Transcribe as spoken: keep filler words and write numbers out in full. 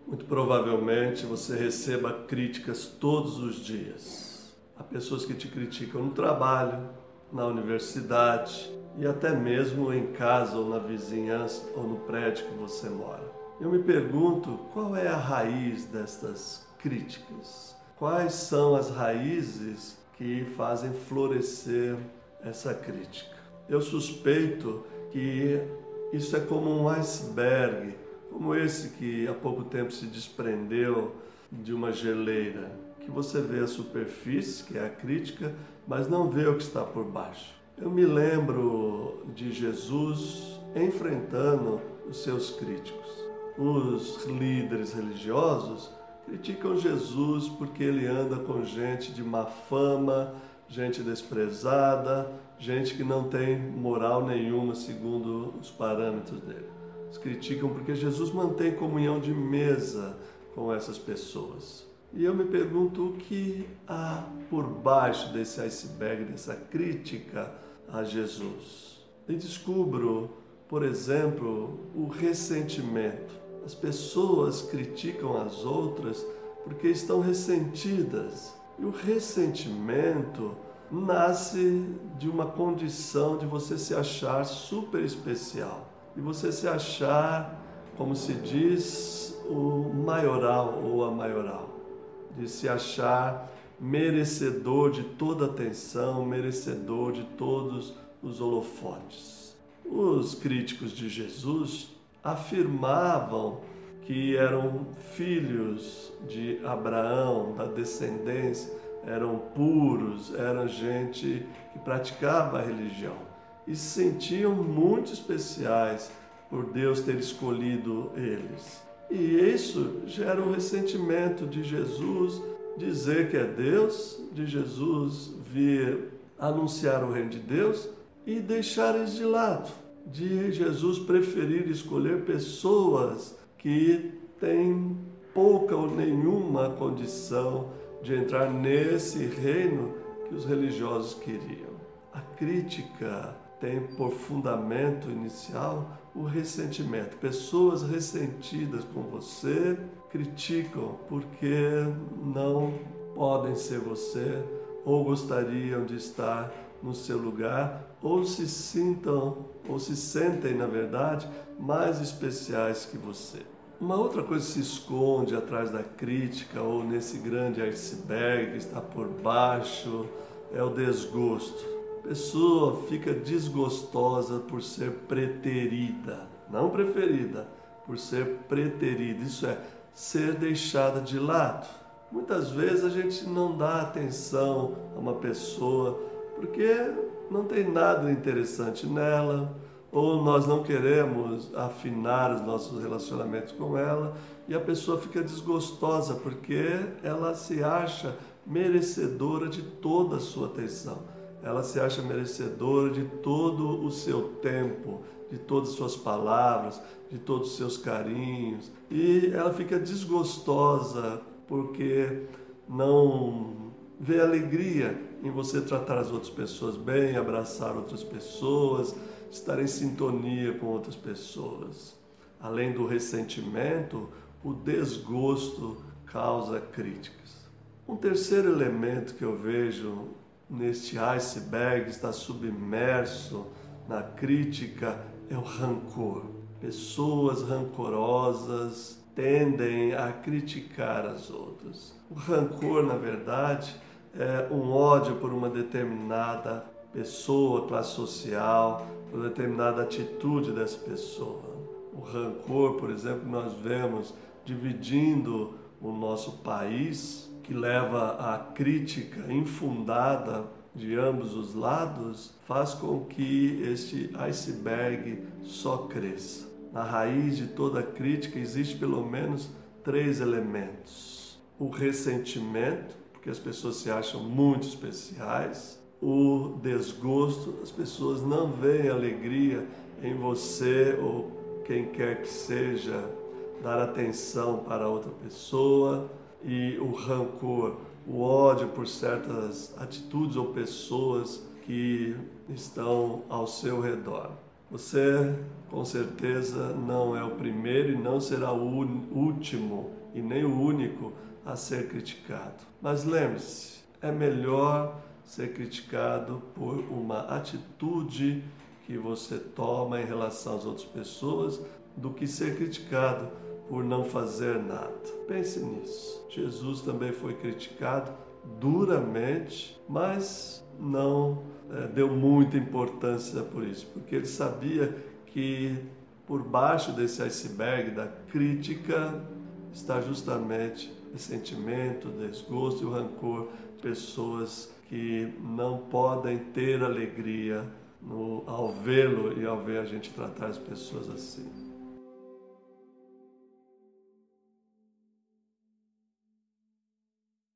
Muito provavelmente você receba críticas todos os dias. Há pessoas que te criticam no trabalho, na universidade e até mesmo em casa ou na vizinhança ou no prédio que você mora. Eu me pergunto qual é a raiz destas críticas? Quais são as raízes que fazem florescer essa crítica? Eu suspeito que isso é como um iceberg, como esse que há pouco tempo se desprendeu de uma geleira, que você vê a superfície, que é a crítica, mas não vê o que está por baixo. Eu me lembro de Jesus enfrentando os seus críticos. Os líderes religiosos criticam Jesus porque ele anda com gente de má fama, gente desprezada, gente que não tem moral nenhuma segundo os parâmetros dele. Eles criticam porque Jesus mantém comunhão de mesa com essas pessoas. E eu me pergunto o que há por baixo desse iceberg, dessa crítica a Jesus. E descubro, por exemplo, o ressentimento. As pessoas criticam as outras porque estão ressentidas. E o ressentimento nasce de uma condição de você se achar super especial. E você se achar, como se diz, o maioral ou a maioral. De se achar merecedor de toda atenção, merecedor de todos os holofotes. Os críticos de Jesus afirmavam que eram filhos de Abraão, da descendência, eram puros, eram gente que praticava a religião e se sentiam muito especiais por Deus ter escolhido eles. E isso gera um ressentimento de Jesus dizer que é Deus, de Jesus vir anunciar o reino de Deus e deixar eles de lado, de Jesus preferir escolher pessoas que têm pouca ou nenhuma condição de entrar nesse reino que os religiosos queriam. A crítica tem por fundamento inicial o ressentimento. Pessoas ressentidas com você criticam porque não podem ser você ou gostariam de estar no seu lugar ou se sintam ou se sentem, na verdade, mais especiais que você. Uma outra coisa que se esconde atrás da crítica ou nesse grande iceberg que está por baixo é o desgosto. A pessoa fica desgostosa por ser preterida, não preferida, por ser preterida, isso é, ser deixada de lado. Muitas vezes a gente não dá atenção a uma pessoa porque não tem nada interessante nela, ou nós não queremos afinar os nossos relacionamentos com ela, e a pessoa fica desgostosa porque ela se acha merecedora de toda a sua atenção. Ela se acha merecedora de todo o seu tempo, de todas as suas palavras, de todos os seus carinhos. E ela fica desgostosa porque não vê alegria em você tratar as outras pessoas bem, abraçar outras pessoas, estar em sintonia com outras pessoas. Além do ressentimento, o desgosto causa críticas. Um terceiro elemento que eu vejo neste iceberg, está submerso na crítica, é o rancor. Pessoas rancorosas tendem a criticar as outras. O rancor, na verdade, é um ódio por uma determinada pessoa, classe social, por uma determinada atitude dessa pessoa. O rancor, por exemplo, nós vemos dividindo o nosso país, que leva à crítica infundada de ambos os lados, faz com que este iceberg só cresça. Na raiz de toda crítica existe pelo menos três elementos. O ressentimento, porque as pessoas se acham muito especiais. O desgosto, as pessoas não veem alegria em você ou quem quer que seja dar atenção para outra pessoa. E o rancor, o ódio por certas atitudes ou pessoas que estão ao seu redor. Você, com certeza, não é o primeiro e não será o último e nem o único a ser criticado. Mas lembre-se, é melhor ser criticado por uma atitude que você toma em relação às outras pessoas do que ser criticado por não fazer nada. Pense nisso. Jesus também foi criticado duramente, mas não é, deu muita importância por isso, porque ele sabia que por baixo desse iceberg da crítica está justamente o sentimento, o desgosto e o rancor, pessoas que não podem ter alegria no, ao vê-lo e ao ver a gente tratar as pessoas assim.